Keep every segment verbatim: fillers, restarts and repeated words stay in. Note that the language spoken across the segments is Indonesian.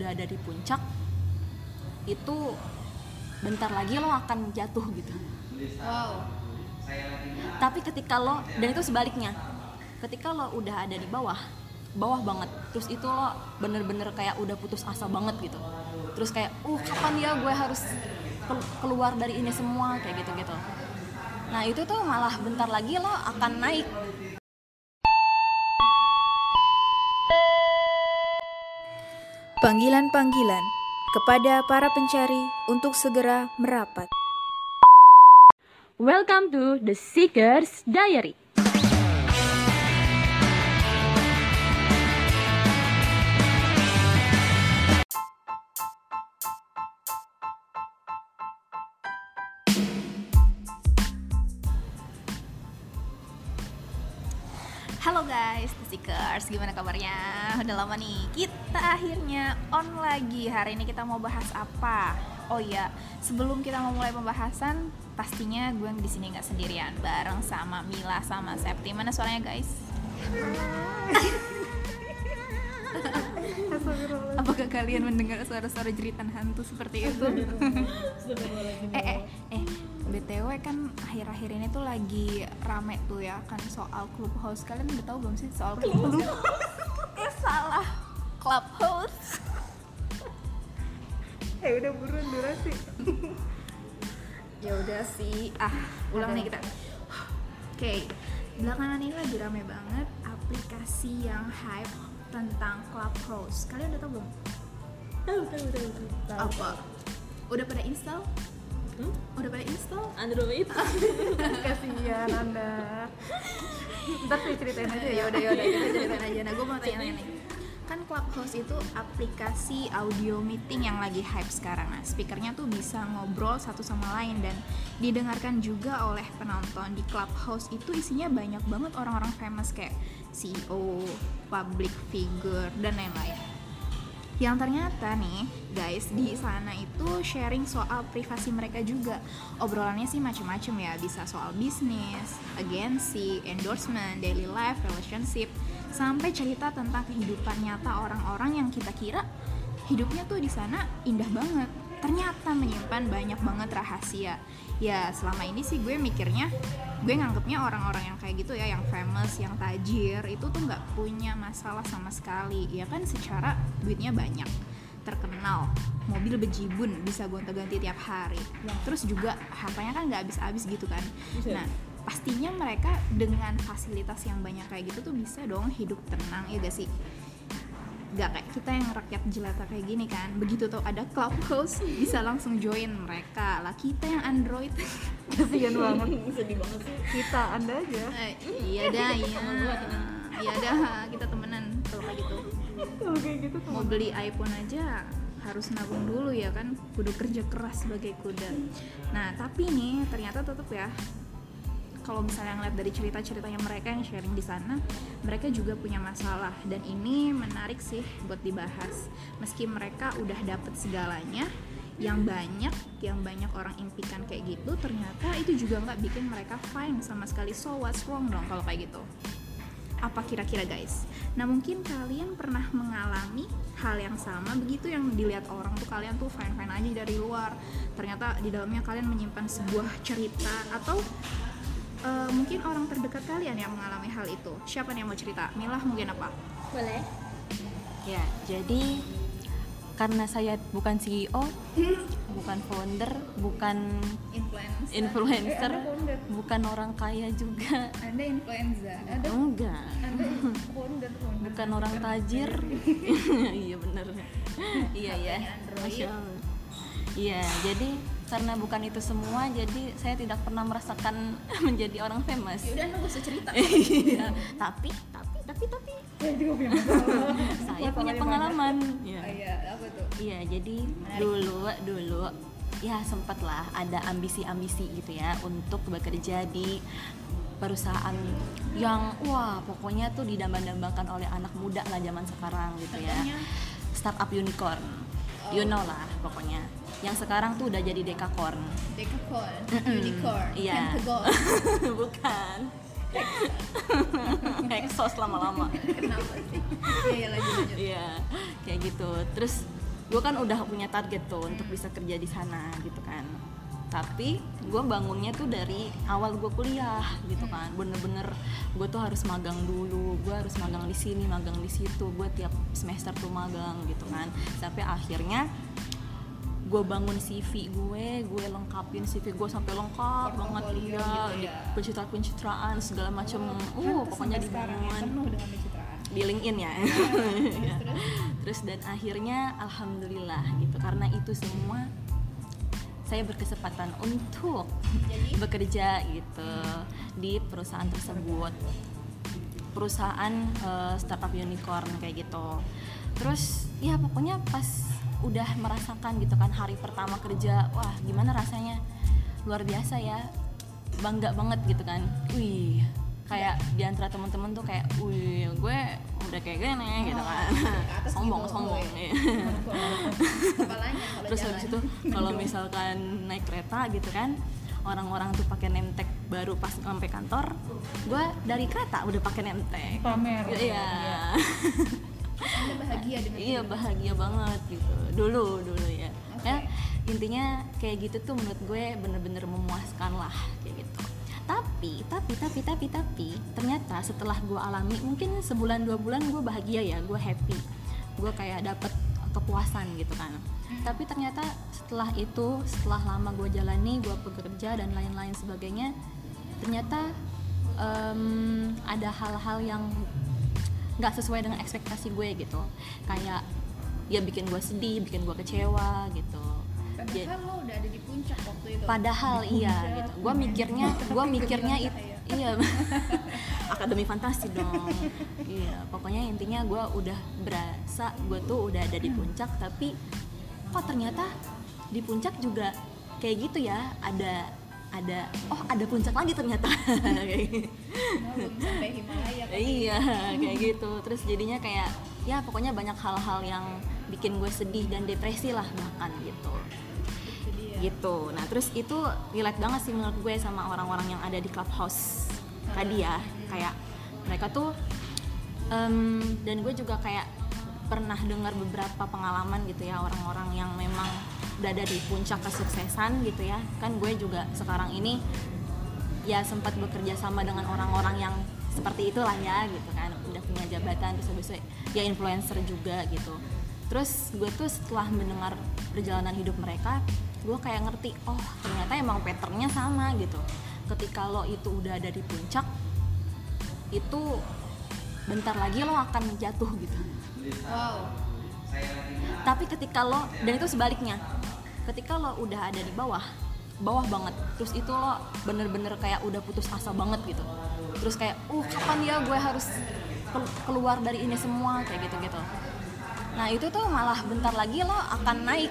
udah ada di puncak itu bentar lagi lo akan jatuh gitu. Wow. Tapi ketika lo, dan itu sebaliknya, ketika lo udah ada di bawah, bawah banget, terus itu lo bener-bener kayak udah putus asa banget gitu. Terus kayak, uh kapan ya gue harus keluar dari ini semua, kayak gitu-gitu. Nah itu tuh malah bentar lagi lo akan naik. Panggilan-panggilan kepada para pencari untuk segera merapat. Welcome to The Seeker's Diary. Halo guys, The Seekers, gimana kabarnya? Udah lama nih, kita akhirnya on lagi. Hari ini kita mau bahas apa? Oh iya, sebelum kita mau mulai pembahasan, pastinya gue di sini nggak sendirian, bareng sama Mila sama Septi. Mana suaranya guys? Apakah kalian mendengar suara-suara jeritan hantu seperti itu? eh eh eh B T W kan akhir-akhir ini tuh lagi rame tuh ya kan soal Clubhouse. Kalian udah tahu belum sih soal Clubhouse? eh salah, Clubhouse. Eh udah buruan durasi. Ya udah sih, ah ulang nih kita. Oke, okay. Belakangan ini lagi rame banget aplikasi yang hype tentang Clubhouse. Kalian udah tahu belum? Tahu tahu tahu. Apa? Udah pada install? Hmm? Udah pada install? Android. Kasihan Anda. Ntar saya ceritain aja ya. Udah ya udah kita ceritain aja. Nah, gue mau tanya nih. Kan Clubhouse itu aplikasi audio meeting yang lagi hype sekarang. Nah, speakernya tuh bisa ngobrol satu sama lain dan didengarkan juga oleh penonton. Di Clubhouse itu isinya banyak banget orang-orang famous kayak C E O, public figure, dan lain-lain. Yang ternyata nih guys, di sana itu sharing soal privasi mereka juga. Obrolannya sih macam-macam ya, bisa soal bisnis, agensi, endorsement, daily life, relationship, sampai cerita tentang kehidupan nyata orang-orang yang kita kira hidupnya tuh di sana indah banget, ternyata menyimpan banyak banget rahasia. Ya selama ini sih gue mikirnya, gue nganggepnya orang-orang yang kayak gitu ya, yang famous, yang tajir, itu tuh nggak punya masalah sama sekali. Ya kan secara duitnya banyak, terkenal, mobil bejibun, bisa gonta-ganti tiap hari, terus juga hartanya kan nggak habis-habis gitu kan. Nah pastinya mereka dengan fasilitas yang banyak kayak gitu tuh bisa dong hidup tenang, ya gak sih? Gak kayak kita yang rakyat jelata kayak gini kan, begitu tuh ada Clubhouse bisa langsung join mereka lah. Kita yang Android Kasihan banget. Sedih banget sih. Kita Anda aja. eh, iya dah iya iya dah kita temenan kalau kayak gitu. Kalau kayak gitu Mau beli iPhone aja harus nabung dulu ya kan, kudu kerja keras sebagai kuda. Nah tapi nih ternyata tetap ya, kalau misalnya ngeliat dari cerita-ceritanya mereka yang sharing di sana, mereka juga punya masalah, dan ini menarik sih buat dibahas. Meski mereka udah dapet segalanya yang banyak, yang banyak orang impikan kayak gitu, ternyata itu juga nggak bikin mereka fine sama sekali. So what's wrong dong kalau kayak gitu? Apa kira-kira guys? Nah mungkin kalian pernah mengalami hal yang sama begitu, yang dilihat orang tuh kalian tuh fine-fine aja dari luar, ternyata di dalamnya kalian menyimpan sebuah cerita, atau Uh, mungkin orang terdekat kalian yang mengalami hal itu. Siapa nih yang mau cerita? Milah mungkin apa? boleh. Ya, jadi karena saya bukan C E O, bukan founder, bukan Influencer. influencer, Eh, Anda founder. bukan orang kaya juga. Anda influenza. Ada Enggak. Anda founder founder. Bukan orang tajir. Iya bener. Iya ya. Masya Allah. Iya, jadi karena bukan itu semua, jadi saya tidak pernah merasakan menjadi orang famous. Ya udah, nggak usah cerita. Iya, tapi tapi tapi tapi Saya juga punya masalah. saya punya pengalaman. Iya. Oh iya, apa tuh? Iya, jadi Menarik. dulu dulu ya sempat lah ada ambisi-ambisi gitu ya untuk bekerja di perusahaan yang wah pokoknya tuh didambang-dambangkan oleh anak muda lah zaman sekarang gitu ya. Contohnya? Startup unicorn. You know lah pokoknya. Yang sekarang tuh udah jadi dekakorn. Decacorn, Mm-mm. unicorn, Iya. pentagon. Bukan. Exos lama-lama. Kenapa sih? Iya, iya lanjut lanjut. Iya, kayak gitu. Terus gue kan udah punya target tuh untuk bisa kerja di sana gitu kan. Tapi gue bangunnya tuh dari awal gue kuliah gitu kan, bener-bener gue tuh harus magang dulu, gue harus magang di sini, magang di situ, gue tiap semester tuh magang gitu kan, sampai akhirnya gue bangun C V gue, gue lengkapin C V gue sampai lengkap banget ya, gitu di ya. pencitraan-pencitraan segala macam, uh pokoknya dibangun penuh dengan pencitraan. di LinkedIn ya. Terus, terus? Terus dan akhirnya alhamdulillah gitu, karena itu semua saya berkesempatan untuk Jadi? bekerja gitu di perusahaan tersebut, perusahaan uh, startup unicorn kayak gitu. Terus ya pokoknya pas udah merasakan gitu kan hari pertama kerja, wah gimana rasanya, luar biasa ya, bangga banget gitu kan. Wih, kayak di antara teman-teman tuh kayak, wih gue udah kayak gini gitu kan, sombong sombong ya. Kepalanya kalau Terus jalan. habis itu kalau misalkan naik kereta gitu kan, orang-orang tuh pakai name tag baru pas sampai kantor, gue dari kereta udah pakai name tag. Pamer. Iya. Anda bahagia dengan Iya hidup. bahagia banget gitu dulu dulu ya. Oke. Ya intinya kayak gitu tuh menurut gue bener-bener memuaskan lah kayak gitu. Tapi tapi tapi tapi tapi ternyata setelah gue alami mungkin sebulan dua bulan gue bahagia ya, gue happy, gue kayak dapet kepuasan gitu kan. Tapi ternyata setelah itu, setelah lama gue jalani, gue bekerja dan lain-lain sebagainya, ternyata um, ada hal-hal yang nggak sesuai dengan ekspektasi gue gitu, kayak ya bikin gue sedih, bikin gue kecewa gitu. Ja- Padahal lo udah ada di puncak waktu itu. Padahal iya gitu, gue mikirnya, gue mikirnya itu iya akademi fantasi dong. Iya, pokoknya intinya gue udah berasa gue tuh udah ada di puncak, tapi kok ternyata di puncak juga kayak gitu ya, ada ada oh ada puncak lagi ternyata. Belum sampai Himalaya kan? Iya kayak gitu. Terus jadinya kayak ya pokoknya banyak hal-hal yang bikin gue sedih dan depresi lah bahkan gitu Itu dia. gitu. Nah terus itu relate banget sih menurut gue sama orang-orang yang ada di Clubhouse tadi ya, kayak mereka tuh um, dan gue juga kayak pernah dengar beberapa pengalaman gitu ya, orang-orang yang memang berada di puncak kesuksesan gitu ya. Kan gue juga sekarang ini ya sempat bekerja sama dengan orang-orang yang seperti itulah ya gitu kan, udah punya jabatan, terus habis itu ya influencer juga gitu. Terus gue tuh setelah mendengar perjalanan hidup mereka, gue kayak ngerti, oh ternyata emang patternnya sama gitu. Ketika lo itu udah ada di puncak, itu bentar lagi lo akan jatuh gitu. Wow. Tapi ketika lo, dan itu sebaliknya, ketika lo udah ada di bawah, bawah banget, terus itu lo bener-bener kayak udah putus asa banget gitu, terus kayak, uh kapan ya gue harus keluar dari ini semua, kayak gitu-gitu. Nah itu tuh malah bentar lagi lo akan naik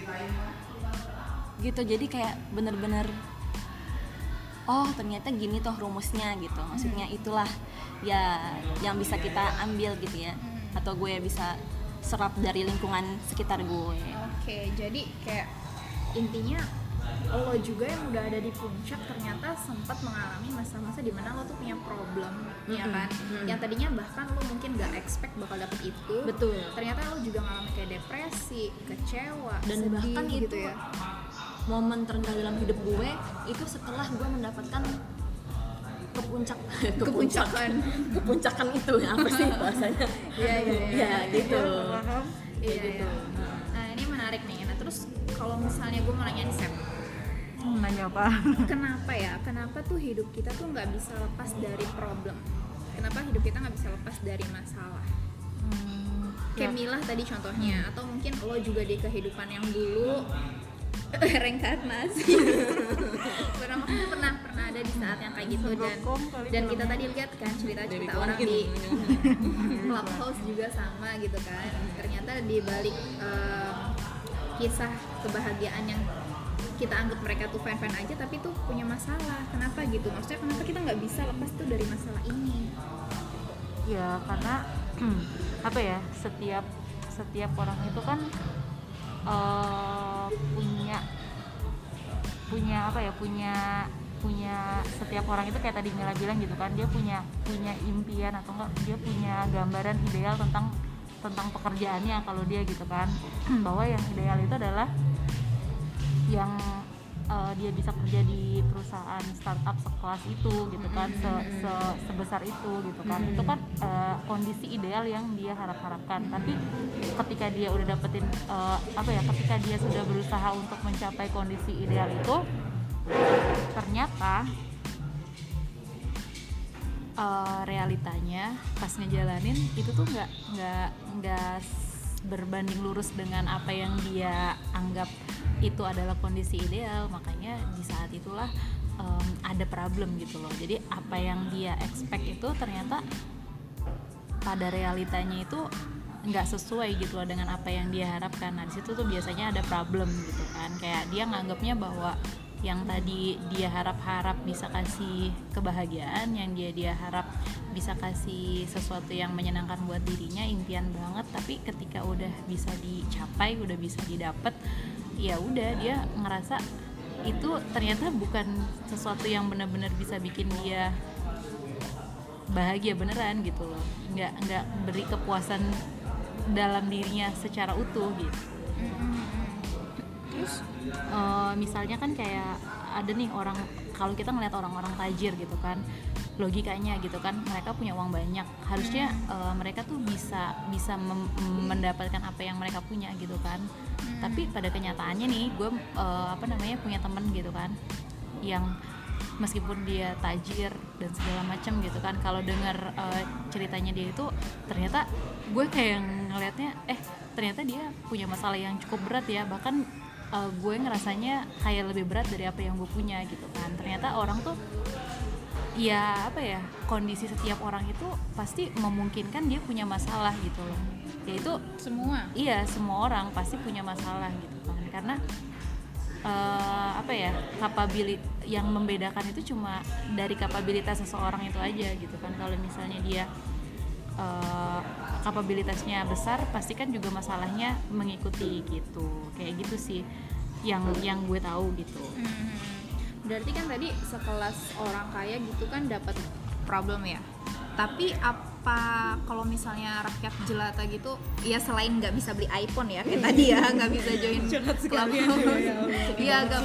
gitu, jadi kayak bener-bener, oh ternyata gini toh rumusnya gitu, maksudnya itulah ya yang bisa kita ambil gitu ya, atau gue bisa serap dari lingkungan sekitar gue. Oke, jadi kayak intinya lo juga yang udah ada di puncak ternyata sempat mengalami masa-masa dimana lo tuh punya problem, ya Mm-mm, kan? mm-mm. Yang tadinya bahkan lo mungkin gak expect bakal dapet itu. Betul. Ternyata lo juga mengalami kayak depresi, kecewa, Dan sedih bahkan gitu itu ya. momen terendah dalam hidup gue itu setelah gue mendapatkan kepuncak Kepuncakan. kepuncakan itu ya, apa sih bahasanya? Iya, iya, iya. Ya gitu. Paham? Iya, Kayak gitu. iya. Nah ini menarik nih. Nah terus kalau misalnya gue mau nanya nih Sep, Hmm, nanya apa? kenapa ya? Kenapa tuh hidup kita tuh nggak bisa lepas dari problem? Kenapa hidup kita nggak bisa lepas dari masalah? Hmm, Kayak ya. Milah tadi contohnya, atau mungkin lo juga di kehidupan yang dulu reinkarnasi pernah maksudnya pernah pernah ada di saat yang kayak gitu, dan Sembrokom kali dan filmnya. kita tadi lihat kan cerita-cerita Dari orang Kuan di Yin. Clubhouse juga sama gitu kan. Ternyata di balik em, kisah kebahagiaan yang kita anggap mereka tuh fine-fine aja, tapi tuh punya masalah. Kenapa gitu? Maksudnya kenapa kita nggak bisa lepas tuh dari masalah ini? Ya karena apa ya, setiap setiap orang itu kan uh, punya punya apa ya punya punya setiap orang itu kayak tadi Mila bilang gitu kan, dia punya punya impian atau enggak dia punya gambaran ideal tentang tentang pekerjaannya kalau dia gitu kan, bahwa yang ideal itu adalah yang uh, dia bisa kerja di perusahaan startup sekelas itu gitu kan, se, se, sebesar itu gitu kan. Itu kan uh, kondisi ideal yang dia harap-harapkan. Tapi ketika dia udah dapetin uh, apa ya ketika dia sudah berusaha untuk mencapai kondisi ideal itu, ternyata uh, realitanya pas ngejalanin itu tuh nggak nggak nggak berbanding lurus dengan apa yang dia anggap itu adalah kondisi ideal. Makanya di saat itulah um, ada problem gitu loh. Jadi apa yang dia expect itu ternyata pada realitanya itu nggak sesuai gitu loh dengan apa yang dia harapkan. Nah di situ tuh biasanya ada problem gitu kan. Kayak dia nganggapnya bahwa yang tadi dia harap-harap bisa kasih kebahagiaan, yang dia dia harap bisa kasih sesuatu yang menyenangkan buat dirinya, impian banget, tapi ketika udah bisa dicapai, udah bisa didapat, ya udah dia ngerasa itu ternyata bukan sesuatu yang benar-benar bisa bikin dia bahagia beneran gitu loh, nggak nggak beri kepuasan dalam dirinya secara utuh gitu. Terus uh, misalnya kan kayak ada nih orang, kalau kita ngeliat orang-orang tajir gitu kan, logikanya gitu kan, mereka punya uang banyak, harusnya uh, mereka tuh bisa bisa mem- mendapatkan apa yang mereka punya gitu kan. Hmm. Tapi pada kenyataannya nih, gue uh, apa namanya punya temen gitu kan, yang meskipun dia tajir dan segala macam gitu kan, kalau dengar uh, ceritanya dia itu, ternyata gue kayak ngelihatnya, eh ternyata dia punya masalah yang cukup berat ya, bahkan uh, gue ngerasanya kayak lebih berat dari apa yang gue punya gitu kan. Ternyata orang tuh ya apa ya, kondisi setiap orang itu pasti memungkinkan dia punya masalah gitu loh. Yaitu semua. Iya, semua orang pasti punya masalah gitu kan. Karena uh, apa ya, kapabilitas yang membedakan itu cuma dari kapabilitas seseorang itu aja gitu kan. Kalau misalnya dia uh, kapabilitasnya besar, pasti kan juga masalahnya mengikuti gitu. Kayak gitu sih yang yang gue tahu gitu. Hmm. Berarti kan tadi sekelas orang kaya gitu kan dapat problem ya. Tapi apa kalau misalnya rakyat jelata gitu, ya selain nggak bisa beli iPhone ya kayak tadi ya, nggak bisa join club. Iya agak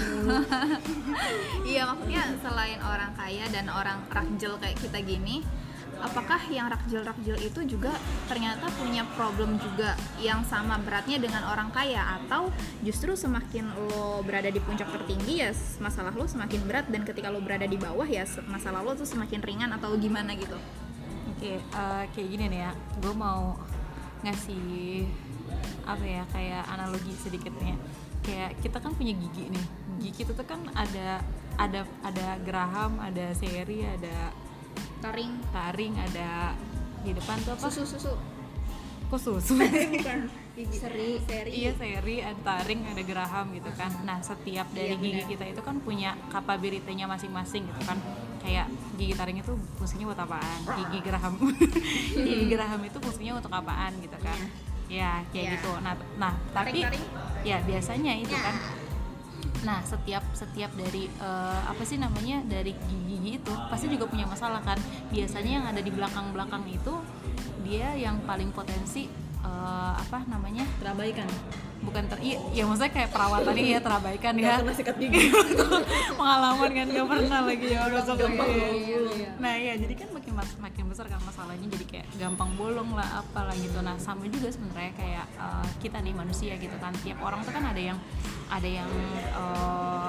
Iya maksudnya selain orang kaya dan orang rakjel kayak kita gini, apakah yang rakjel-rakjel itu juga ternyata punya problem juga yang sama beratnya dengan orang kaya, atau justru semakin lo berada di puncak tertinggi ya masalah lo semakin berat, dan ketika lo berada di bawah ya masalah lo tuh semakin ringan, atau gimana gitu? Oke, okay, uh, kayak gini nih ya, gue mau ngasih apa ya, kayak analogi sedikitnya. Kayak kita kan punya gigi nih, gigi itu tuh kan ada ada ada geraham, ada seri, ada taring taring ada di depan tuh apa? Susu susu. Kok susu? Bukan. Seri, seri. Iya, seri, ada taring, ada geraham gitu kan. Nah, setiap dari iya, gigi bener. Kita itu kan punya kapabilitasnya masing-masing gitu kan. Kayak gigi taring itu fungsinya buat apaan? Gigi geraham. Gigi geraham itu fungsinya untuk apaan gitu kan. Ya, kayak ya. Gitu. Nah, nah tapi taring. Ya biasanya itu ya. Kan. Nah, setiap setiap dari uh, apa sih namanya, dari gigi itu pasti juga punya masalah kan. Biasanya yang ada di belakang-belakang itu dia yang paling potensi uh, apa namanya, terabaikan. Bukan ter iya, ya maksudnya kayak perawatannya ya terabaikan ya. Gak pernah sikat gigi. Pengalaman kan gak pernah lagi ya udah gampang. Nah, iya jadi kan makin makin besar kan masalahnya, jadi kayak gampang bolong lah apalah gitu. Nah, sama juga sebenarnya kayak uh, kita nih manusia gitu kan. Tiap orang tuh kan ada yang ada yang uh,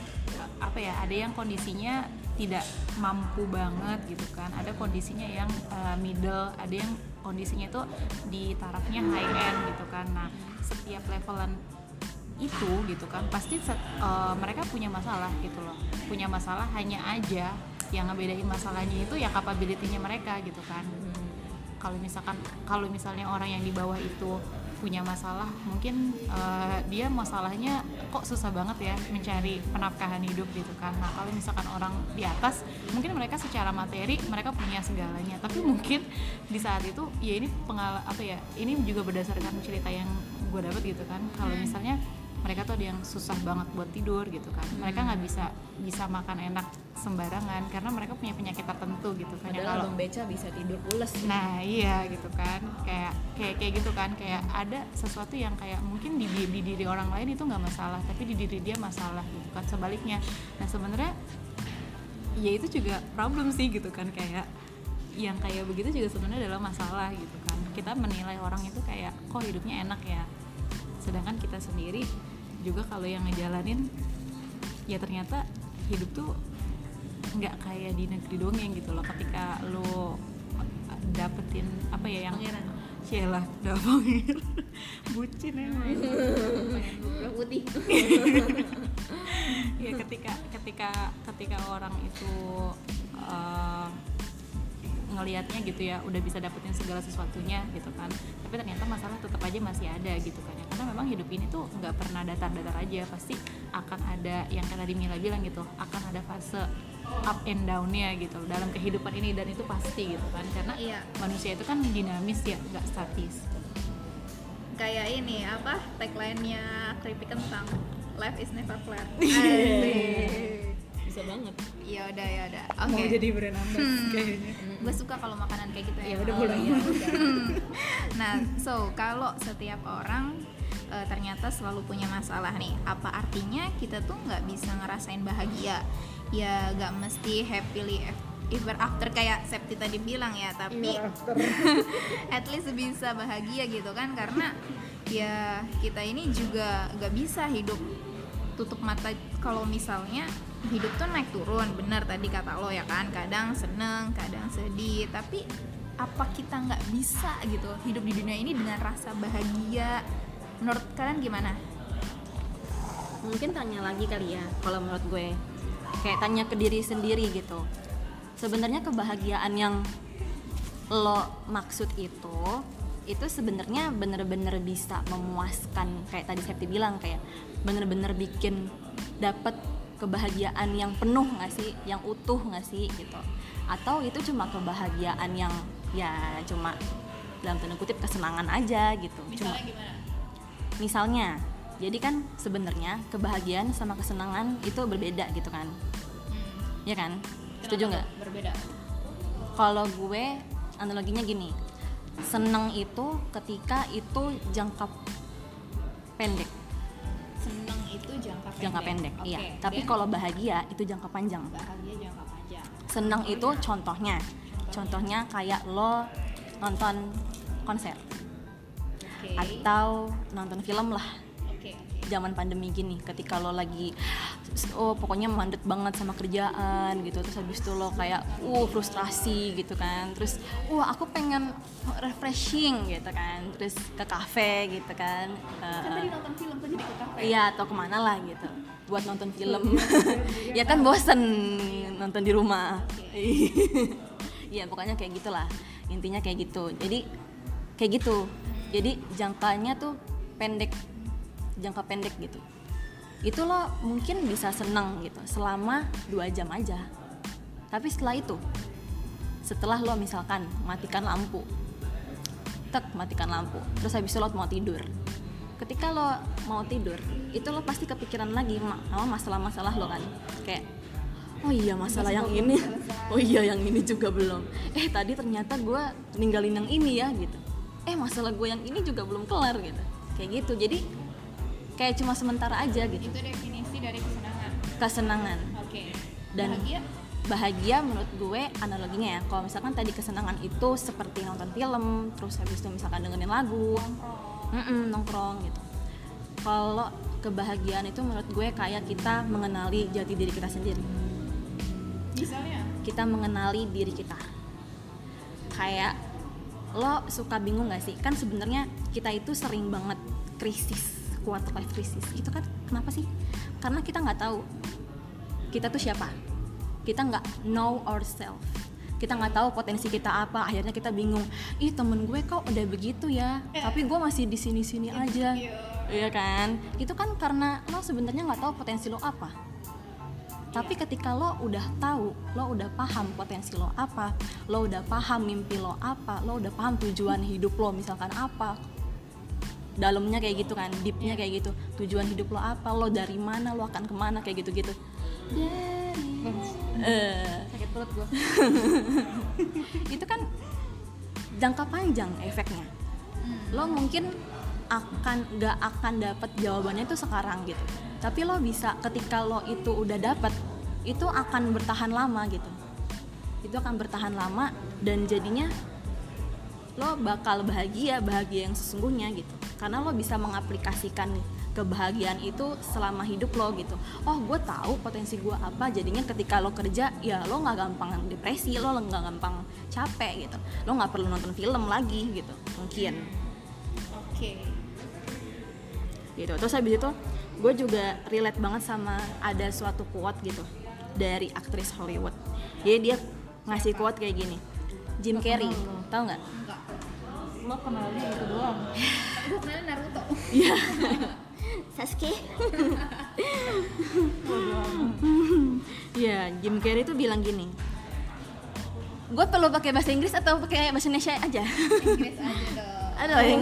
apa ya, ada yang kondisinya tidak mampu banget gitu kan, ada kondisinya yang uh, middle, ada yang kondisinya itu di tarafnya high end gitu kan. Nah, setiap levelan itu gitu kan pasti set, uh, mereka punya masalah gitu loh, punya masalah, hanya aja yang ngebedain masalahnya itu ya capability-nya mereka gitu kan. Hmm. Kalau misalkan kalau misalnya orang yang di bawah itu punya masalah, mungkin uh, dia masalahnya kok susah banget ya mencari penafkahan hidup gitu kan. Nah, kalau misalkan orang di atas, mungkin mereka secara materi mereka punya segalanya, tapi mungkin di saat itu ya ini pengal apa ya, ini juga berdasarkan cerita yang gue dapat gitu kan. Kalau misalnya mereka tuh ada yang susah banget buat tidur gitu kan. Mereka nggak bisa bisa makan enak sembarangan karena mereka punya penyakit tertentu gitu kan. Ya, Padahal kalau abang beca bisa tidur pules. nah iya gitu kan, kayak kayak kayak gitu kan, kayak ada sesuatu yang kayak mungkin di, di diri orang lain itu nggak masalah tapi di diri dia masalah gitu kan, sebaliknya. Nah sebenarnya ya itu juga problem sih gitu kan, kayak yang kayak begitu juga sebenarnya adalah masalah gitu kan. Kita menilai orang itu kayak kok hidupnya enak ya, sedangkan kita sendiri juga kalau yang ngejalanin ya ternyata hidup tuh nggak kayak di negeri dongeng gitu loh. Ketika lo dapetin apa ya yang Cielah, udah pangeran bucin emang Udah putih. ya ketika ketika ketika orang itu uh, ngelihatnya gitu ya udah bisa dapetin segala sesuatunya gitu kan, tapi ternyata masalah tetap aja masih ada gitu kan ya, karena memang hidup ini tuh nggak pernah datar-datar aja, pasti akan ada yang kayak tadi Mila bilang gitu, akan ada fase up and down-nya gitu dalam kehidupan ini, dan itu pasti gitu kan, karena Iya. manusia itu kan dinamis ya, nggak statis. Kayak ini apa tagline-nya keripik kentang, life is never flat. Bisa banget. Ya udah ya udah. Oke. Mau jadi brand ambassador kayaknya. Gue suka kalau makanan kayak gitu ya. Ya udah Oh, boleh. iya, udah. Nah, so kalau setiap orang uh, ternyata selalu punya masalah nih, apa artinya kita tuh nggak bisa ngerasain bahagia? Ya nggak mesti happily ever after kayak Septi tadi bilang ya, tapi at least bisa bahagia gitu kan, karena ya kita ini juga nggak bisa hidup tutup mata kalau misalnya hidup tuh naik turun, benar tadi kata lo ya kan, kadang seneng, kadang sedih, tapi apa kita nggak bisa gitu hidup di dunia ini dengan rasa bahagia? Menurut kalian gimana? Mungkin tanya lagi kali ya, kalau menurut gue kayak tanya ke diri sendiri gitu, sebenarnya kebahagiaan yang lo maksud itu itu sebenarnya bener-bener bisa memuaskan, kayak tadi Septi bilang, kayak bener-bener bikin dapet kebahagiaan yang penuh nggak sih, yang utuh nggak sih gitu, atau itu cuma kebahagiaan yang ya cuma dalam tanda kutip kesenangan aja gitu. Cuma Gimana? misalnya, jadi kan sebenarnya kebahagiaan sama kesenangan itu berbeda gitu kan, ya kan? Setuju nggak? Berbeda. Kalau gue analoginya gini, seneng itu ketika itu jangka pendek, Seneng itu jangka pendek. jangka pendek, Oke, iya. Tapi dan kalau bahagia itu jangka panjang. bahagia jangka panjang. Seneng itu contohnya, contohnya kayak lo nonton konser Oke. atau nonton film lah. Oke. Oke. Zaman pandemi gini, ketika lo lagi oh pokoknya mandet banget sama kerjaan gitu, terus habis itu lo kayak uh frustrasi gitu kan, terus wah aku pengen refreshing gitu kan, terus ke kafe gitu kan, Kan uh, tadi nonton film tadi di kafe. iya atau kemana lah gitu buat nonton film. Ya kan bosen nonton di rumah. Iya pokoknya kayak gitulah, intinya kayak gitu. Jadi kayak gitu, jadi jangkanya tuh pendek, jangka pendek gitu. Itu lo mungkin bisa seneng gitu selama dua jam aja, tapi setelah itu, setelah lo misalkan matikan lampu, tek matikan lampu, terus habis itu lo mau tidur, ketika lo mau tidur itu lo pasti kepikiran lagi sama masalah-masalah lo kan, kayak oh iya masalah yang ini, oh iya yang ini juga belum, eh tadi ternyata gue ninggalin yang ini ya gitu, eh masalah gue yang ini juga belum kelar gitu, kayak gitu. Jadi kayak cuma sementara aja gitu. Itu definisi dari kesenangan. Kesenangan. Oke. Dan Bahagia? bahagia menurut gue analoginya ya, kalau misalkan tadi kesenangan itu seperti nonton film, terus habis itu misalkan dengerin lagu, nongkrong, nongkrong gitu. Kalau kebahagiaan itu menurut gue kayak kita mengenali jati diri kita sendiri. Misalnya? Kita mengenali diri kita. Kayak lo suka bingung gak sih? Kan sebenarnya kita itu sering banget krisis, quarter life crisis. Itu kan kenapa sih? Karena kita nggak tahu kita tuh siapa. Kita nggak know ourselves. Kita nggak tahu potensi kita apa. Akhirnya kita bingung. Ih temen gue kok udah begitu ya, tapi gue masih di sini-sini aja. Iya kan? Itu kan karena lo sebenarnya nggak tahu potensi lo apa. Tapi ketika lo udah tahu, lo udah paham potensi lo apa, lo udah paham mimpi lo apa, lo udah paham tujuan hidup lo misalkan apa, dalamnya kayak gitu kan, deepnya kayak gitu, tujuan hidup lo apa, lo dari mana, lo akan kemana, kayak gitu-gitu. Dari uh, sakit perut gue. itu kan jangka panjang efeknya. Lo mungkin akan nggak akan dapat jawabannya itu sekarang gitu, tapi lo bisa ketika lo itu udah dapat, itu akan bertahan lama gitu, itu akan bertahan lama dan jadinya lo bakal bahagia, bahagia yang sesungguhnya gitu, karena lo bisa mengaplikasikan kebahagiaan itu selama hidup lo gitu. Oh, gue tahu potensi gue apa, jadinya ketika lo kerja ya lo nggak gampang depresi, lo nggak gampang capek gitu, lo nggak perlu nonton film lagi gitu mungkin. Oke. Okay. Gitu. Terus habis itu gue juga relate banget sama ada suatu quote gitu dari aktris Hollywood. Jadi dia ngasih quote kayak gini, Jim Carrey, tahu nggak? Enggak. Lo kenalnya itu doang. Gue kenalnya Naruto. Iya. Sasuke. Iya, Jim Carrey tuh bilang gini, gue perlu pakai bahasa Inggris atau pakai bahasa Indonesia aja? Inggris aja dong. Aduh, yang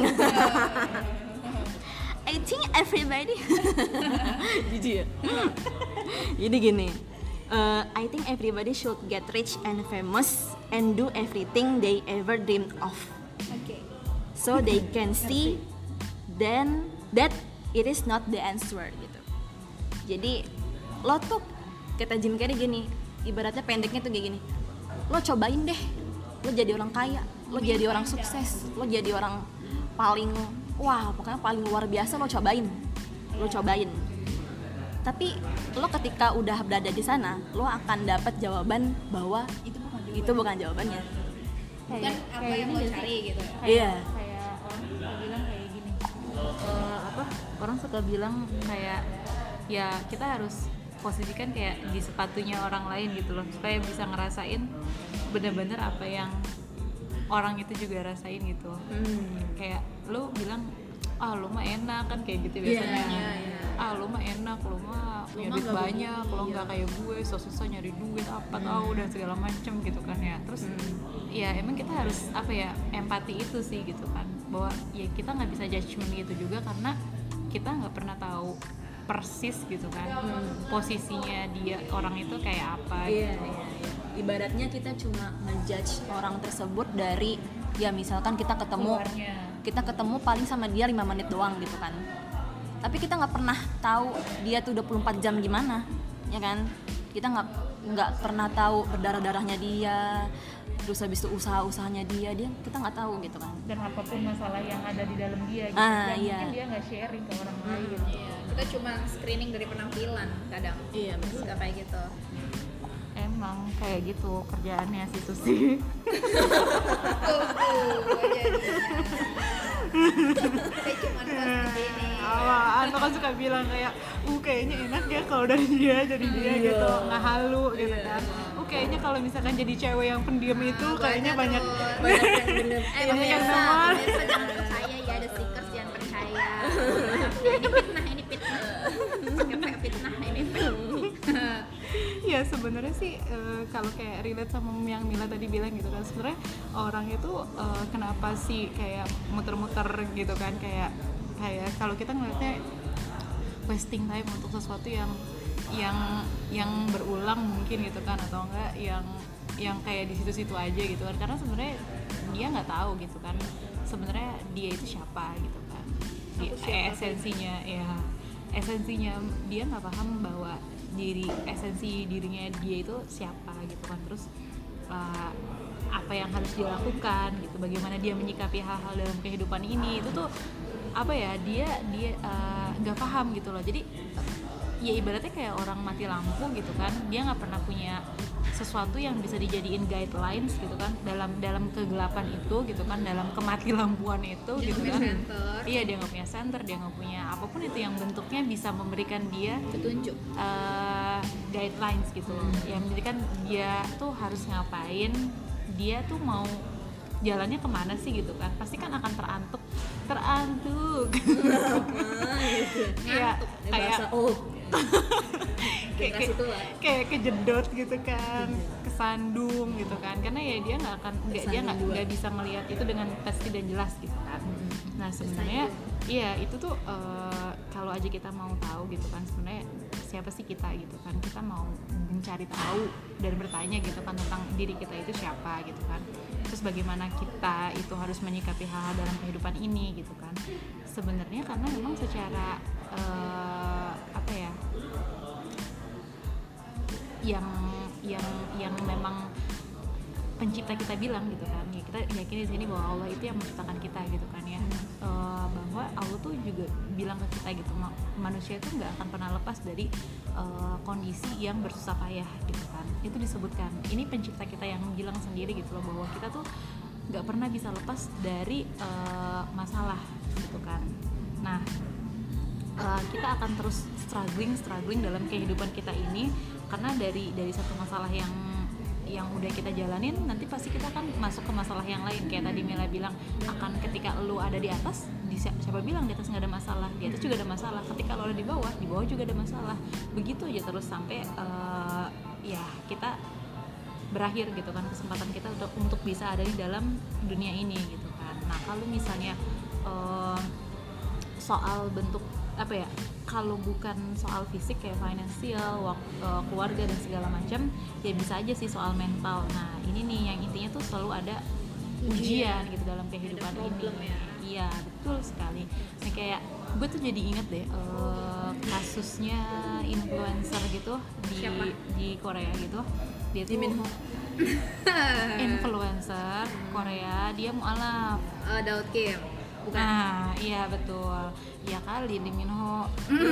I think everybody. Jijik ya. Jadi gini, uh, I think everybody should get rich and famous and do everything they ever dreamed of. Oke. Okay. So they can see then that it is not the answer gitu. Jadi lo tuh kata Jim Carrey gini, ibaratnya pendeknya tuh kayak gini, lo cobain deh, lo jadi orang kaya, lo jadi orang sukses, lo jadi orang paling wah pokoknya paling luar biasa, lo cobain, lo cobain. Tapi lo ketika udah berada di sana, lo akan dapat jawaban bahwa Itu bukan jawaban. itu bukan jawabannya. Bukan Kayak- apa kayak yang ini lo nggak sih? cari gitu. Kayak, Iya. kayak orang suka bilang kayak gini, Eh, apa orang suka bilang kayak ya kita harus posisikan kayak di sepatunya orang lain gitu loh, supaya bisa ngerasain bener-bener apa yang orang itu juga rasain gitu. Hmm. Kayak lo bilang ah lo mah enak kan kayak gitu biasanya. iya, iya. Ah lo mah enak, lo mah Lo punya mah duit nggak banyak, begini, lo iya. nggak kayak gue susah-susah nyari duit apa tahu dan segala macem gitu kan ya. Terus ya emang kita harus apa ya, empati itu sih gitu kan, bahwa ya kita nggak bisa judgement gitu juga karena kita nggak pernah tahu persis gitu kan posisinya dia orang itu kayak apa Iya, gitu. iya, iya. Ibaratnya kita cuma ngejudge orang tersebut dari ya misalkan kita ketemu Keluarnya. kita ketemu paling sama dia lima menit doang gitu kan. Tapi kita nggak pernah tahu dia tuh dua puluh empat jam gimana, ya kan? Kita nggak nggak pernah tahu berdarah-darahnya dia, terus habis itu usaha-usahanya dia, dia kita nggak tahu gitu kan. Dan apapun masalah yang ada di dalam dia gitu, Ah, yang iya. mungkin dia nggak sharing ke orang lain. Iya. Kita cuma screening dari penampilan kadang. Iya, betul. Suka kayak gitu. Emang kayak gitu kerjaannya sih itu sih. Tuh, tuh, gue jadinya. Saya cuma post begini. Awal, kan suka bilang kayak, uh kayaknya enak ya kalau dari dia jadi dia gitu, nggak halu gitu kan. Uh kayaknya kalau misalkan jadi cewek yang pendiam itu kayaknya banyak. tuh. Banyak yang bener. Eh, Banyak yang pemirsa, sama. pemirsa jangan percaya ya, ada stickers jangan percaya. Ini fitnah, ini fitnah. Kayak fitnah, ini fitnah. Ya sebenarnya sih eh, kalau kayak relate sama yang Mila tadi bilang gitu kan, sebenarnya orang itu eh, kenapa sih kayak muter-muter gitu kan, kayak kayak kalau kita ngeliatnya wasting time untuk sesuatu yang yang yang berulang mungkin gitu kan, atau enggak yang yang kayak di situ-situ aja gitu kan, karena sebenarnya dia nggak tahu gitu kan sebenarnya dia itu siapa gitu kan. Di, esensinya ya esensinya dia nggak paham bahwa diri esensi dirinya dia itu siapa gitu kan. Terus uh, apa yang harus dia lakukan gitu, bagaimana dia menyikapi hal-hal dalam kehidupan ini, itu tuh apa ya, dia dia nggak uh, paham gitu loh. Jadi ya ibaratnya kayak orang mati lampu gitu kan, dia nggak pernah punya sesuatu yang bisa dijadiin guidelines gitu kan dalam dalam kegelapan itu gitu kan, dalam kemati lampuan itu Dia gitu nggak kan. punya center. Iya, dia nggak punya center, dia nggak punya apapun itu yang bentuknya bisa memberikan dia Petunjuk. uh, guidelines gitu loh. Yang menjadikan dia tuh harus ngapain, dia tuh mau jalannya kemana sih gitu kan, pasti kan akan terantuk terantuk Gitu. Iya, Ngantuk. Ini kayak bahasa old. kayak generasi kayak, tua. kayak kejedot gitu kan, kesandung gitu kan, karena ya dia nggak akan nggak dia nggak Kesandung nggak bisa ngelihat itu dengan pasti dan jelas gitu kan. Nah sebenarnya iya itu tuh uh, kalau aja kita mau tahu gitu kan sebenarnya siapa sih kita gitu kan, kita mau mencari tahu dan bertanya gitu kan tentang diri kita itu siapa gitu kan, terus bagaimana kita itu harus menyikapi hal-hal dalam kehidupan ini gitu kan. Sebenarnya karena memang secara uh, apa ya yang yang yang memang pencipta kita bilang gitu kan, ya kita yakin di sini bahwa Allah itu yang menciptakan kita gitu kan ya, hmm. e, bahwa Allah tuh juga bilang ke kita gitu, manusia itu nggak akan pernah lepas dari e, kondisi yang bersusah payah gitu kan, itu disebutkan. Ini pencipta kita yang bilang sendiri gitu loh, bahwa kita tuh nggak pernah bisa lepas dari e, masalah gitu kan. Nah e, kita akan terus struggling struggling dalam kehidupan kita ini, karena dari dari satu masalah yang yang udah kita jalanin, nanti pasti kita akan masuk ke masalah yang lain. Kayak tadi Mila bilang, akan ketika lu ada di atas, di, siapa bilang di atas nggak ada masalah, di atas juga ada masalah. Ketika lu ada di bawah, di bawah juga ada masalah. Begitu aja terus sampai uh, ya kita berakhir gitu kan, kesempatan kita untuk untuk bisa ada di dalam dunia ini gitu kan. Nah kalau misalnya uh, soal bentuk apa ya, kalau bukan soal fisik kayak finansial, uh, keluarga dan segala macam, ya bisa aja sih soal mental. Nah ini nih yang intinya tuh selalu ada ujian gitu dalam kehidupan ini. Ya. Iya betul sekali. Nah kayak gue tuh jadi inget deh uh, kasusnya influencer gitu di Siapa? di Korea gitu. Dia tuh Lee Min Ho. influencer Korea, dia mualaf. Uh, Daud Kim. Bukan. Nah, iya betul. Ya kali Lee Min Ho.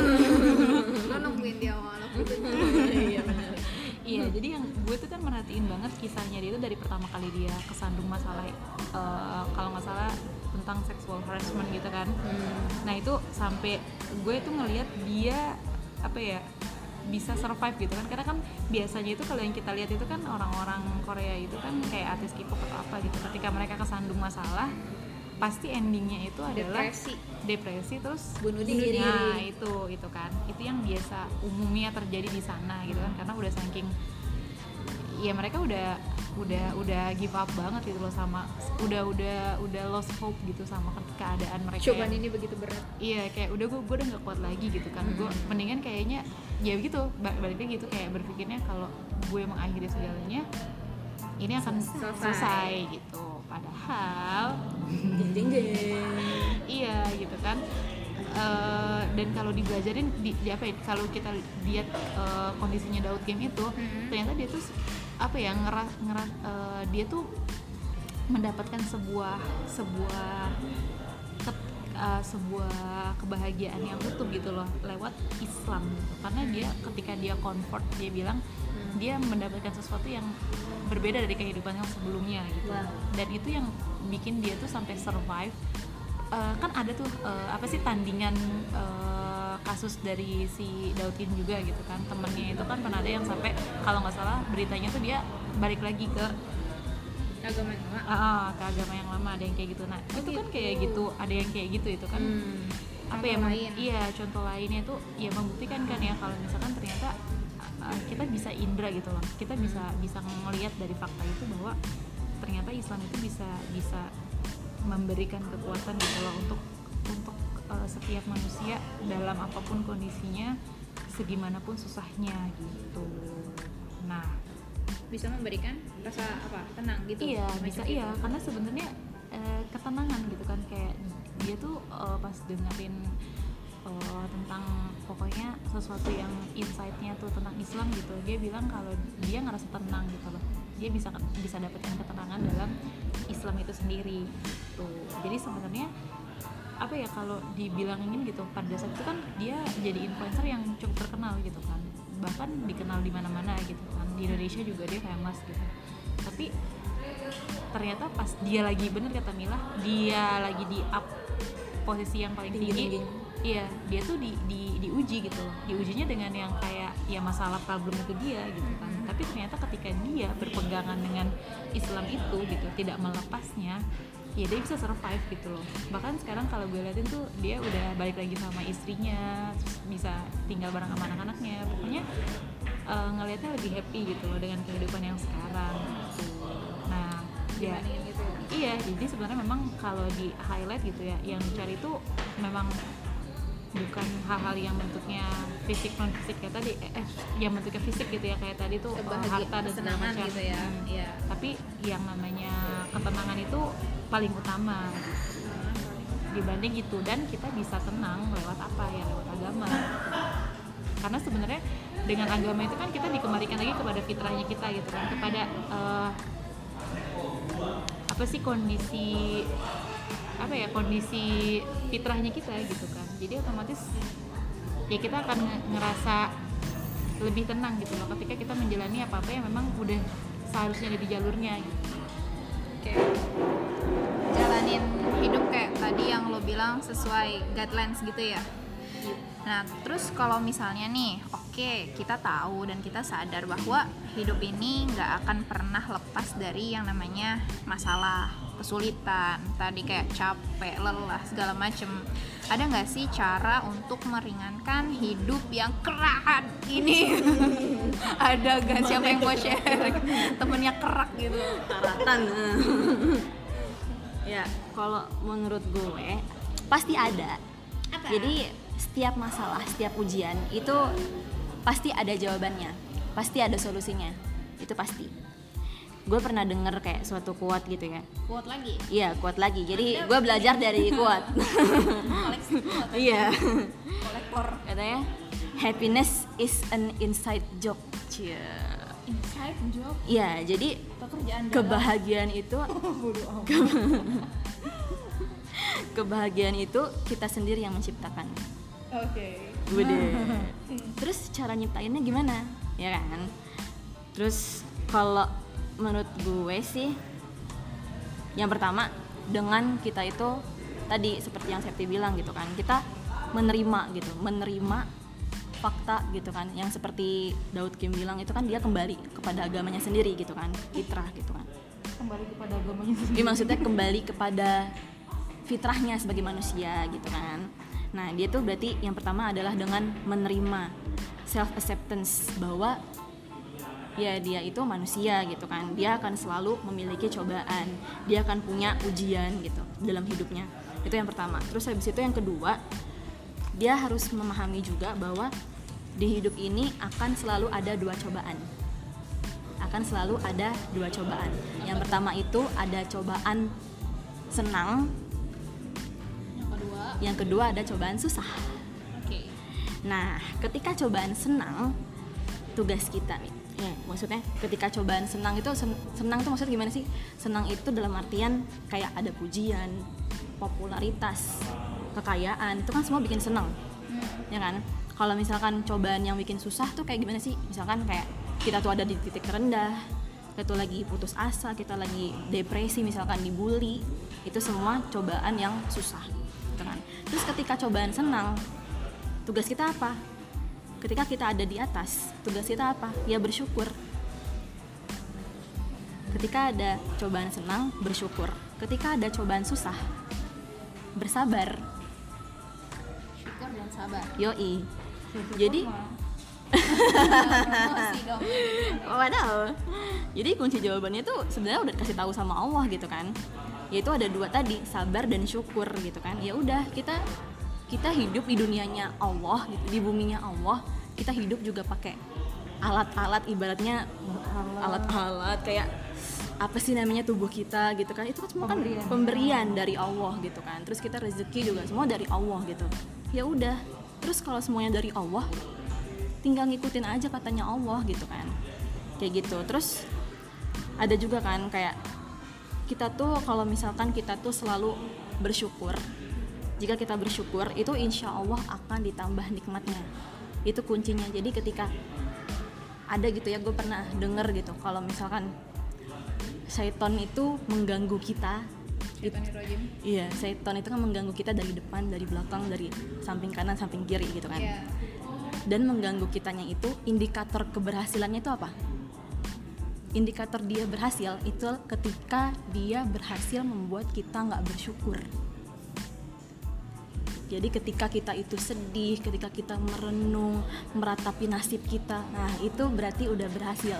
Lo nungguin dia malam gitu. Iya benar. Iya, jadi yang gue tuh kan merhatiin banget kisahnya dia itu dari pertama kali dia kesandung masalah uh, kalau nggak salah tentang sexual harassment gitu kan. Hmm. Nah itu sampai gue tuh ngelihat dia apa ya bisa survive gitu kan, karena kan biasanya itu kalau yang kita lihat itu kan orang-orang Korea itu kan kayak artis K-pop atau apa gitu, ketika mereka kesandung masalah pasti endingnya itu adalah Depresi. depresi terus Bunuh diri. Nah itu itu kan itu yang biasa umumnya terjadi di sana gitu kan, karena udah saking ya mereka udah udah udah give up banget gitu loh, sama udah udah udah lost hope gitu sama keadaan mereka. Cobaan yang, ini begitu berat. iya kayak udah gue gue udah nggak kuat lagi gitu kan. Mm-hmm. Gue mendingan kayaknya ya begitu baliknya gitu, kayak berpikirnya kalau gue mengakhiri segalanya ini akan selesai, selesai gitu. Padahal jeng jeng jeng. Iya gitu kan. Uh, dan kalau dibelajarin di, di apa ya, kalau kita lihat uh, kondisinya Daud Kim itu, hmm. ternyata dia tuh apa ya ngeras ngeras uh, dia tuh mendapatkan sebuah sebuah ke, uh, sebuah kebahagiaan yang utuh gitu loh lewat Islam gitu. Karena dia ketika dia convert, dia bilang hmm. dia mendapatkan sesuatu yang berbeda dari kehidupan yang sebelumnya gitu. Wow. Dan itu yang bikin dia tuh sampai survive. Uh, kan ada tuh uh, apa sih tandingan uh, kasus dari si Daud Kim juga gitu kan, temennya itu kan pernah ada yang sampai kalau nggak salah beritanya tuh dia balik lagi ke agama yang lama. Uh, ke agama yang lama, ada yang kayak gitu. Nah oh, itu gitu. Kan kayak gitu, ada yang kayak gitu itu kan hmm. apa ya? Lain. Iya contoh lainnya tuh ya membuktikan kan ya kalau misalkan ternyata uh, kita bisa indra gitu loh, kita bisa bisa ngelihat dari fakta itu bahwa ternyata Islam itu bisa bisa memberikan kekuatan gitu loh untuk untuk uh, setiap manusia dalam apapun kondisinya, segimanapun susahnya gitu. Nah, bisa memberikan rasa apa? Tenang gitu. Iya, bisa gitu. Iya, karena sebenarnya uh, ketenangan gitu kan, kayak dia tuh uh, pas dengerin uh, tentang pokoknya sesuatu yang insight-nya tuh tentang Islam gitu, dia bilang kalau dia ngerasa tenang gitu loh. Dia bisa bisa dapetin ketenangan dalam Islam itu sendiri tuh. Jadi sebenarnya apa ya, kalau dibilangin gitu pada saat itu kan dia jadi influencer yang cukup terkenal gitu kan, bahkan dikenal di mana-mana gitu kan, di Indonesia juga dia famous gitu. Tapi ternyata pas dia lagi, bener kata Mila, dia lagi di up posisi yang paling tinggi, iya dia tuh di, di diuji gitu loh, diujinya dengan yang kayak ya masalah problem itu dia gitu kan. Tapi ternyata ketika dia berpegangan dengan Islam itu gitu, tidak melepasnya, ya dia bisa survive gitu loh. Bahkan sekarang kalau gue liatin tuh dia udah balik lagi sama istrinya, terus bisa tinggal bareng sama anak-anaknya. Pokoknya uh, ngelihatnya lebih happy gitu loh dengan kehidupan yang sekarang gitu. Nah ya gitu ya. iya, jadi sebenarnya memang kalau di highlight gitu ya, yang dicari tuh memang bukan hal-hal yang bentuknya fisik non fisik kayak tadi, eh, eh yang bentuknya fisik gitu ya kayak tadi tuh Kebahagiaan, harta dan segala kesenangan macam gitu ya. Hmm. Iya. Tapi yang namanya ketenangan itu paling utama gitu. Dibanding itu, dan kita bisa tenang lewat apa ya, lewat agama. Karena sebenarnya dengan agama itu kan kita dikembalikan lagi kepada fitrahnya kita gitu kan, kepada uh, apa sih kondisi apa ya kondisi fitrahnya kita gitu kan. Jadi otomatis ya kita akan ngerasa lebih tenang gitu loh ketika kita menjalani apa-apa yang memang udah seharusnya ada di jalurnya gitu. Kayak jalanin hidup kayak tadi yang lo bilang sesuai guidelines gitu ya. Nah terus kalau misalnya nih, oke okay, kita tahu dan kita sadar bahwa hidup ini nggak akan pernah lepas dari yang namanya masalah, kesulitan, tadi kayak capek, lelah, segala macem. Ada nggak sih cara untuk meringankan hidup yang kerat ini? Ada gak siapa yang mau share temennya kerak gitu? Karatan. Ya, kalau menurut gue pasti ada. Apa? Jadi setiap masalah, setiap ujian itu pasti ada jawabannya, pasti ada solusinya, itu pasti. Gue pernah denger kayak suatu quote gitu ya. Quote lagi? Iya, quote lagi. Jadi gue belajar dari quote. Koleksi quote. Iya. Kolektor. Katanya happiness is an inside job. Cia. Inside job. Iya, jadi Pekerjaan dalam. kebahagiaan itu ke- kebahagiaan itu kita sendiri yang menciptakan. Oke. Bude. Terus cara nyiptainnya gimana? Ya kan? Terus kalau menurut gue sih yang pertama dengan kita itu tadi seperti yang Septi bilang gitu kan, kita menerima gitu, menerima fakta gitu kan, yang seperti Daud Kim bilang itu kan dia kembali kepada agamanya sendiri gitu kan, fitrah gitu kan. Kembali kepada agamanya sendiri. Dia maksudnya kembali kepada fitrahnya sebagai manusia gitu kan. Nah dia tuh berarti yang pertama adalah dengan menerima, self acceptance bahwa ya dia itu manusia gitu kan, dia akan selalu memiliki cobaan, dia akan punya ujian gitu dalam hidupnya. Itu yang pertama. Terus habis itu yang kedua, dia harus memahami juga bahwa di hidup ini akan selalu ada dua cobaan. Akan selalu ada dua cobaan. Yang pertama itu ada cobaan senang. Yang kedua. Yang kedua ada cobaan susah. Oke. Nah, ketika cobaan senang, tugas kita nih, ya, maksudnya ketika cobaan senang itu sen- senang itu maksudnya gimana sih? Senang itu dalam artian kayak ada pujian, popularitas, kekayaan, itu kan semua bikin senang, ya kan? Kalau misalkan cobaan yang bikin susah tuh kayak gimana sih? Misalkan kayak kita tuh ada di titik terendah, kita tuh lagi putus asa, kita lagi depresi, misalkan dibully, itu semua cobaan yang susah, gitu kan? Terus ketika cobaan senang, tugas kita apa? Ketika kita ada di atas, tugas kita apa? Ya bersyukur. Ketika ada cobaan senang, bersyukur. Ketika ada cobaan susah, bersabar. Syukur dan sabar. Yoi. Jadi Emosi dong. Waduh. Jadi kunci jawabannya tuh sebenarnya udah dikasih tahu sama Allah gitu kan. Yaitu ada dua tadi, sabar dan syukur gitu kan. Ya udah, kita kita hidup di dunianya Allah gitu, di buminya Allah. Kita hidup juga pakai alat-alat, ibaratnya alat-alat kayak apa sih namanya tubuh kita gitu kan. Itu kan semua kan Pemberian. pemberian dari Allah gitu kan. Terus kita rezeki juga semua dari Allah gitu. Ya udah. Terus kalau semuanya dari Allah, tinggal ngikutin aja katanya Allah gitu kan, kayak gitu. Terus ada juga kan kayak kita tuh kalau misalkan kita tuh selalu bersyukur, jika kita bersyukur itu insya Allah akan ditambah nikmatnya, itu kuncinya. Jadi ketika ada gitu ya, gue pernah denger gitu kalau misalkan syaiton itu mengganggu kita, Syaitonirrajim. iya syaiton itu kan mengganggu kita dari depan, dari belakang, dari samping kanan, samping kiri gitu kan. Iya. Dan mengganggu kitanya itu indikator keberhasilannya itu apa? indikator dia berhasil itu ketika dia berhasil membuat kita nggak bersyukur. Jadi ketika kita itu sedih, ketika kita merenung, meratapi nasib kita, nah itu berarti udah berhasil.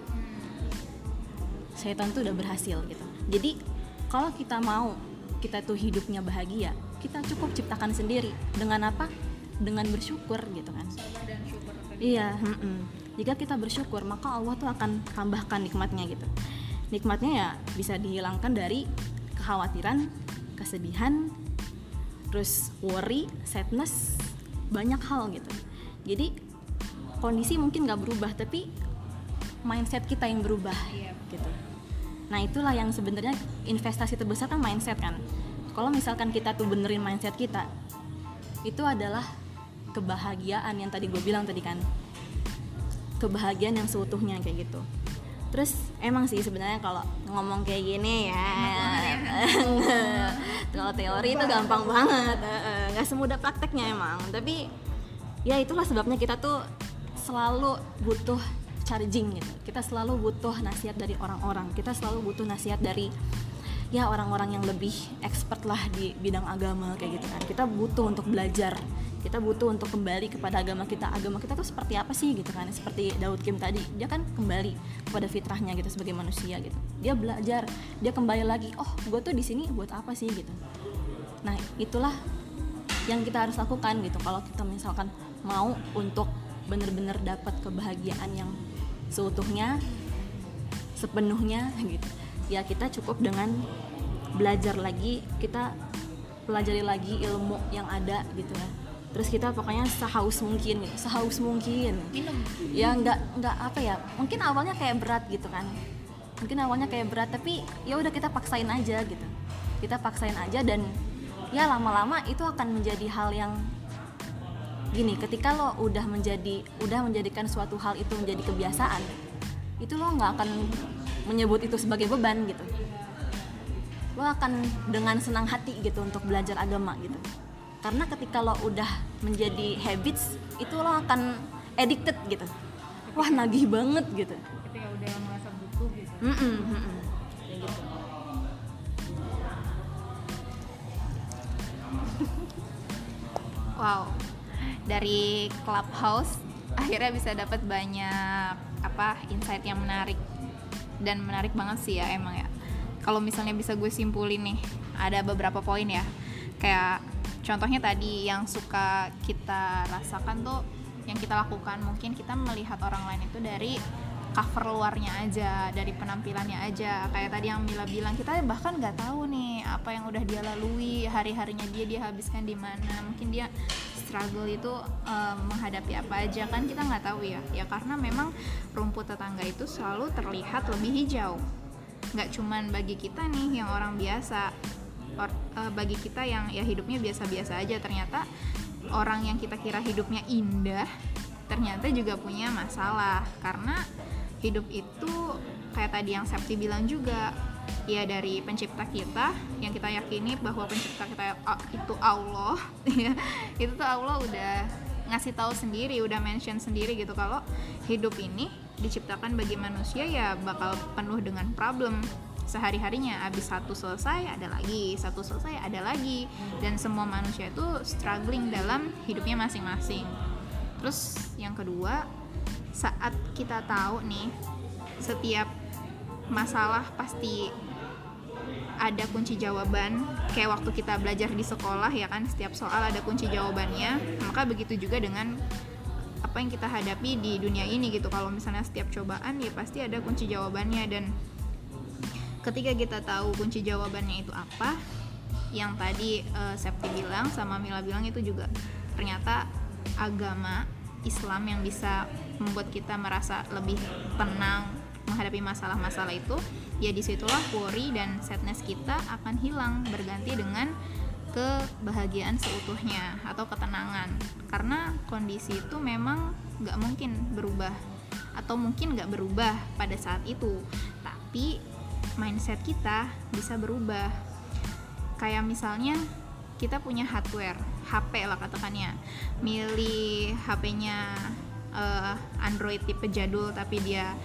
Syaitan tuh udah berhasil gitu. Jadi kalau kita mau kita tuh hidupnya bahagia, kita cukup ciptakan sendiri. Dengan apa? Dengan bersyukur gitu kan. Iya, mm-mm. Jika kita bersyukur, maka Allah tuh akan tambahkan nikmatnya gitu. Nikmatnya ya bisa dihilangkan dari kekhawatiran, kesedihan, terus worry, sadness, banyak hal gitu. Jadi kondisi mungkin gak berubah, tapi mindset kita yang berubah gitu. Nah itulah yang sebenarnya investasi terbesar kan mindset kan. Kalau misalkan kita tuh benerin mindset kita, itu adalah kebahagiaan yang tadi gue bilang tadi kan, kebahagiaan yang seutuhnya kayak gitu. Terus emang sih sebenarnya kalau ngomong kayak gini ya, kalau teori itu gampang banget, nggak semudah prakteknya emang. Tapi ya itulah sebabnya kita tuh selalu butuh charging gitu. Kita selalu butuh nasihat dari orang-orang. Kita selalu butuh nasihat dari ya orang-orang yang lebih expert lah di bidang agama kayak gitu kan. Kita butuh untuk belajar. Kita butuh untuk kembali kepada agama kita. Agama kita tuh seperti apa sih gitu kan. Seperti Daud Kim tadi, dia kan kembali kepada fitrahnya gitu sebagai manusia gitu. Dia belajar, dia kembali lagi, oh gue tuh di sini buat apa sih gitu. Nah itulah yang kita harus lakukan gitu. Kalau kita misalkan mau untuk bener-bener dapat kebahagiaan yang seutuhnya, sepenuhnya gitu, ya kita cukup dengan belajar lagi, kita pelajari lagi ilmu yang ada gitu ya. Terus kita pokoknya sehaus mungkin gitu, sehaus mungkin. Minum. Ya nggak nggak apa ya, mungkin awalnya kayak berat gitu kan, mungkin awalnya kayak berat tapi ya udah kita paksain aja gitu, kita paksain aja dan ya lama-lama itu akan menjadi hal yang gini. Ketika lo udah menjadi udah menjadikan suatu hal itu menjadi kebiasaan, itu lo nggak akan menyebut itu sebagai beban gitu. Lo akan dengan senang hati gitu untuk belajar agama gitu. Karena ketika lo udah menjadi habits, itu lo akan addicted gitu. Wah nagih banget gitu. Ketika udah merasa butuh gitu. Mm-mm, mm-mm. Kayak gitu. Wow, dari Clubhouse akhirnya bisa dapat banyak apa insight yang menarik dan menarik banget sih ya emang ya. Kalau misalnya bisa gue simpulin nih, ada beberapa poin ya. Kayak contohnya tadi yang suka kita rasakan tuh, yang kita lakukan mungkin kita melihat orang lain itu dari cover luarnya aja, dari penampilannya aja. Kayak tadi yang Mila bilang, kita bahkan nggak tahu nih apa yang udah dia lalui, hari-harinya dia dia habiskan di mana. Mungkin dia struggle itu um, menghadapi apa aja kan kita nggak tahu ya. Ya karena memang rumput tetangga itu selalu terlihat lebih hijau. Nggak cuman bagi kita nih yang orang biasa. Or, uh, bagi kita yang ya hidupnya biasa-biasa aja, ternyata orang yang kita kira hidupnya indah ternyata juga punya masalah. Karena hidup itu kayak tadi yang Septi bilang juga, ya dari pencipta kita yang kita yakini bahwa pencipta kita itu Allah ya, itu tuh Allah udah ngasih tahu sendiri, udah mention sendiri gitu kalau hidup ini diciptakan bagi manusia ya bakal penuh dengan problem sehari-harinya. Abis satu selesai ada lagi, satu selesai ada lagi, dan semua manusia itu struggling dalam hidupnya masing-masing. Terus yang kedua, saat kita tahu nih setiap masalah pasti ada kunci jawaban, kayak waktu kita belajar di sekolah ya kan, setiap soal ada kunci jawabannya. Maka begitu juga dengan apa yang kita hadapi di dunia ini gitu. Kalau misalnya setiap cobaan ya pasti ada kunci jawabannya, dan ketika kita tahu kunci jawabannya itu apa, yang tadi uh, Septi bilang sama Mila bilang itu juga ternyata agama Islam yang bisa membuat kita merasa lebih tenang menghadapi masalah-masalah itu, ya disitulah worry dan sadness kita akan hilang, berganti dengan kebahagiaan seutuhnya atau ketenangan. Karena kondisi itu memang gak mungkin berubah, atau mungkin gak berubah pada saat itu, tapi mindset kita bisa berubah. Kayak misalnya kita punya hardware, H P lah katakannya, milih H P-nya uh, Android tipe jadul tapi dia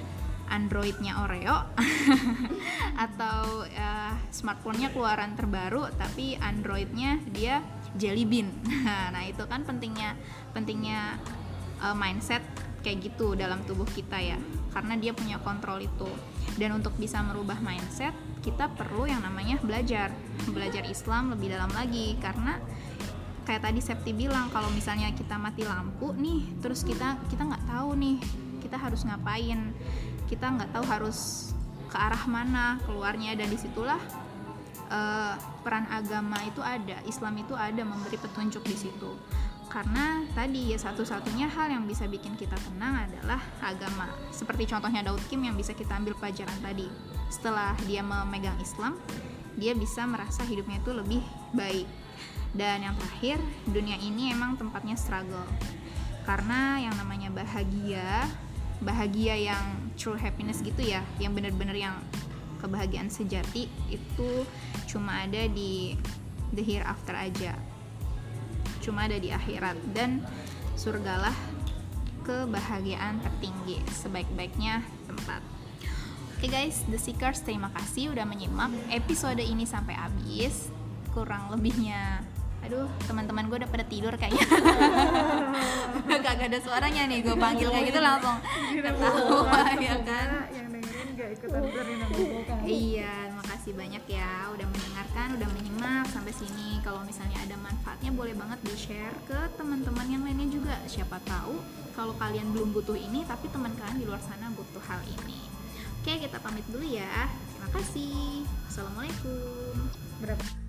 Androidnya Oreo atau uh, smartphone-nya keluaran terbaru tapi Androidnya dia Jelly Bean. Nah itu kan pentingnya pentingnya uh, mindset kayak gitu dalam tubuh kita ya, karena dia punya kontrol itu. Dan untuk bisa merubah mindset kita perlu yang namanya belajar belajar Islam lebih dalam lagi, karena kayak tadi Septi bilang kalau misalnya kita mati lampu nih, terus kita kita nggak tahu nih kita harus ngapain, kita nggak tahu harus ke arah mana keluarnya, dan disitulah uh, peran agama itu ada, Islam itu ada memberi petunjuk di situ. Karena tadi ya satu-satunya hal yang bisa bikin kita tenang adalah agama. Seperti contohnya Daud Kim yang bisa kita ambil pelajaran tadi. Setelah dia memegang Islam, dia bisa merasa hidupnya itu lebih baik. Dan yang terakhir, dunia ini emang tempatnya struggle. Karena yang namanya bahagia, bahagia yang true happiness gitu ya, yang benar-benar yang kebahagiaan sejati itu cuma ada di the hereafter aja, cuma ada di akhirat, dan surgalah kebahagiaan tertinggi, sebaik-baiknya tempat. Oke okay guys, The Seekers, terima kasih udah menyimak episode ini sampai habis. Kurang lebihnya, aduh teman-teman gue udah pada tidur kayaknya. Gak ada suaranya nih, gue panggil kayak gitu langsung ketawa ya kan. Yang dengerin gak ikutan berinang-inang. Iya, makasih banyak ya udah mendengarkan, udah menyimak sampai sini. Kalau misalnya ada manfaatnya boleh banget di-share ke teman-teman yang lainnya juga. Siapa tahu kalau kalian belum butuh ini tapi teman kalian di luar sana butuh hal ini. Oke, kita pamit dulu ya. Terima kasih. Assalamualaikum. Berapa?